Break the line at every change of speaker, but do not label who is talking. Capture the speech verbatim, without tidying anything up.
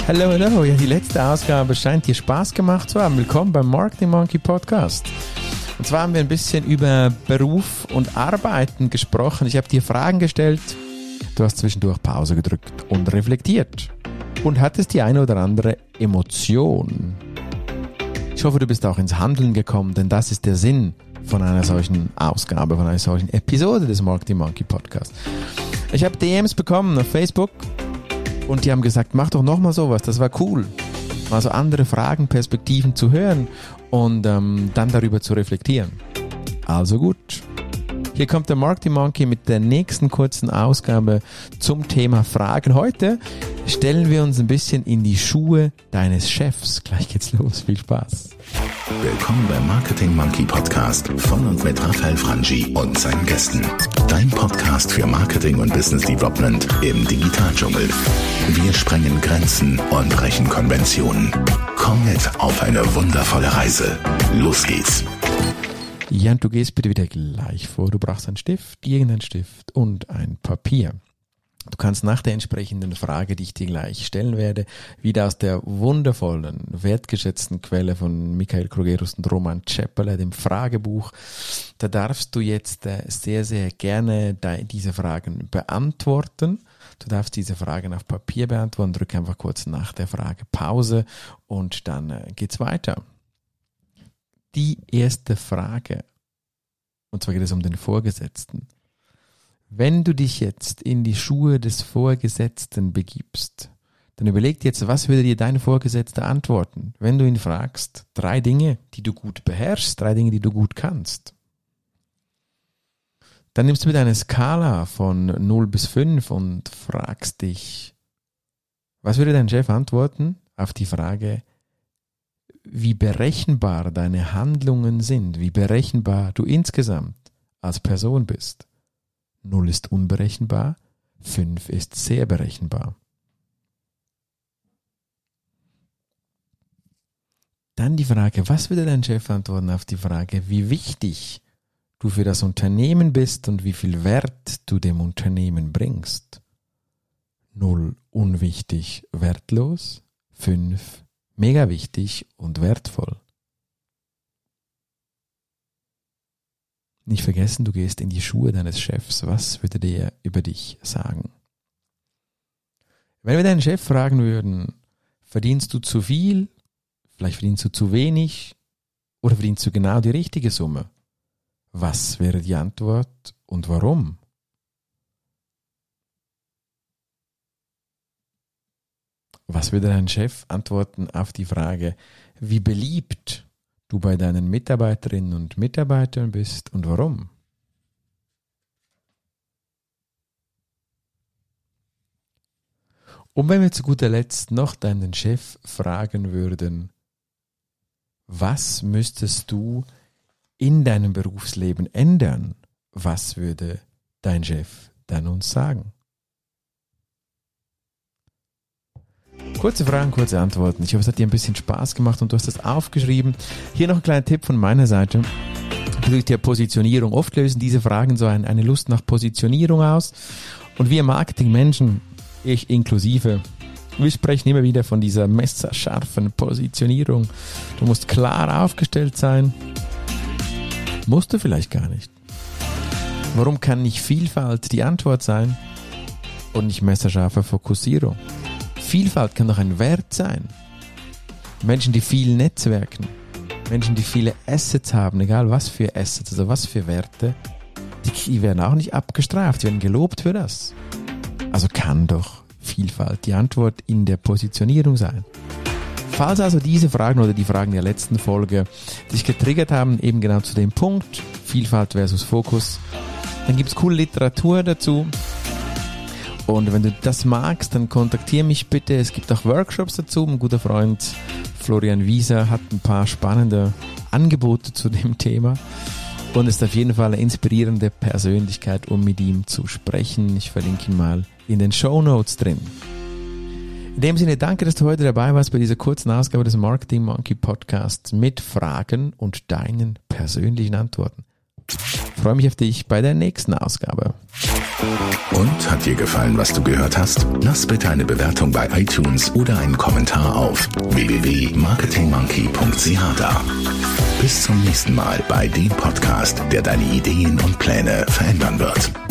Hallo, hallo. Ja, die letzte Ausgabe scheint dir Spaß gemacht zu haben. Willkommen beim Marketing Monkey Podcast. Und zwar haben wir ein bisschen über Beruf und Arbeiten gesprochen. Ich habe dir Fragen gestellt. Du hast zwischendurch Pause gedrückt und reflektiert. Und hattest die eine oder andere Emotion. Ich hoffe, du bist auch ins Handeln gekommen, denn das ist der Sinn von einer solchen Ausgabe, von einer solchen Episode des Marketing Monkey Podcasts. Ich habe D Ms bekommen auf Facebook. Und die haben gesagt, mach doch nochmal sowas, das war cool. Mal so andere Fragen, Perspektiven zu hören und ähm, dann darüber zu reflektieren. Also gut. Hier kommt der Marketing Monkey mit der nächsten kurzen Ausgabe zum Thema Fragen. Heute stellen wir uns ein bisschen in die Schuhe deines Chefs. Gleich geht's los. Viel Spaß.
Willkommen beim Marketing Monkey Podcast von und mit Raphael Frangi und seinen Gästen. Dein Podcast für Marketing und Business Development im Digitaldschungel. Wir sprengen Grenzen und brechen Konventionen. Komm mit auf eine wundervolle Reise. Los geht's.
Jan, du gehst bitte wieder gleich vor. Du brauchst einen Stift, irgendeinen Stift und ein Papier. Du kannst nach der entsprechenden Frage, die ich dir gleich stellen werde, wieder aus der wundervollen, wertgeschätzten Quelle von Michael Krogerus und Roman Czepele, dem Fragebuch, da darfst du jetzt sehr, sehr gerne diese Fragen beantworten. Du darfst diese Fragen auf Papier beantworten, drück einfach kurz nach der Frage Pause und dann geht's weiter. Die erste Frage, und zwar geht es um den Vorgesetzten. Wenn du dich jetzt in die Schuhe des Vorgesetzten begibst, dann überleg dir jetzt, was würde dir dein Vorgesetzter antworten, wenn du ihn fragst, drei Dinge, die du gut beherrschst, drei Dinge, die du gut kannst. Dann nimmst du mit einer Skala von null bis fünf und fragst dich, was würde dein Chef antworten auf die Frage, wie berechenbar deine Handlungen sind, wie berechenbar du insgesamt als Person bist. null ist unberechenbar, fünf ist sehr berechenbar. Dann die Frage, was würde dein Chef antworten auf die Frage, wie wichtig du für das Unternehmen bist und wie viel Wert du dem Unternehmen bringst. null unwichtig, wertlos, fünf mega wichtig und wertvoll. Nicht vergessen, du gehst in die Schuhe deines Chefs. Was würde der über dich sagen? Wenn wir deinen Chef fragen würden, verdienst du zu viel, vielleicht verdienst du zu wenig oder verdienst du genau die richtige Summe? Was wäre die Antwort und warum? Was würde dein Chef antworten auf die Frage, wie beliebt du bei deinen Mitarbeiterinnen und Mitarbeitern bist und warum? Und wenn wir zu guter Letzt noch deinen Chef fragen würden, was müsstest du in deinem Berufsleben ändern? Was würde dein Chef dann uns sagen? Kurze Fragen, kurze Antworten. Ich hoffe, es hat dir ein bisschen Spaß gemacht und du hast das aufgeschrieben. Hier noch ein kleiner Tipp von meiner Seite. Bezüglich der Positionierung. Oft lösen diese Fragen so ein, eine Lust nach Positionierung aus. Und wir Marketingmenschen, ich inklusive, wir sprechen immer wieder von dieser messerscharfen Positionierung. Du musst klar aufgestellt sein. Musst du vielleicht gar nicht. Warum kann nicht Vielfalt die Antwort sein und nicht messerscharfe Fokussierung? Vielfalt kann doch ein Wert sein. Menschen, die viel netzwerken, Menschen, die viele Assets haben, egal was für Assets, also was für Werte, die, die werden auch nicht abgestraft, die werden gelobt für das. Also kann doch Vielfalt die Antwort in der Positionierung sein. Falls also diese Fragen oder die Fragen der letzten Folge dich getriggert haben, eben genau zu dem Punkt, Vielfalt versus Fokus, dann gibt es coole Literatur dazu. Und wenn du das magst, dann kontaktiere mich bitte. Es gibt auch Workshops dazu. Ein guter Freund Florian Wieser hat ein paar spannende Angebote zu dem Thema und ist auf jeden Fall eine inspirierende Persönlichkeit, um mit ihm zu sprechen. Ich verlinke ihn mal in den Shownotes drin. In dem Sinne, danke, dass du heute dabei warst bei dieser kurzen Ausgabe des Marketing Monkey Podcasts mit Fragen und deinen persönlichen Antworten. Ich freue mich auf dich bei der nächsten Ausgabe.
Und hat dir gefallen, was du gehört hast? Lass bitte eine Bewertung bei iTunes oder einen Kommentar auf w w w punkt marketing monkey punkt c h da. Bis zum nächsten Mal bei dem Podcast, der deine Ideen und Pläne verändern wird.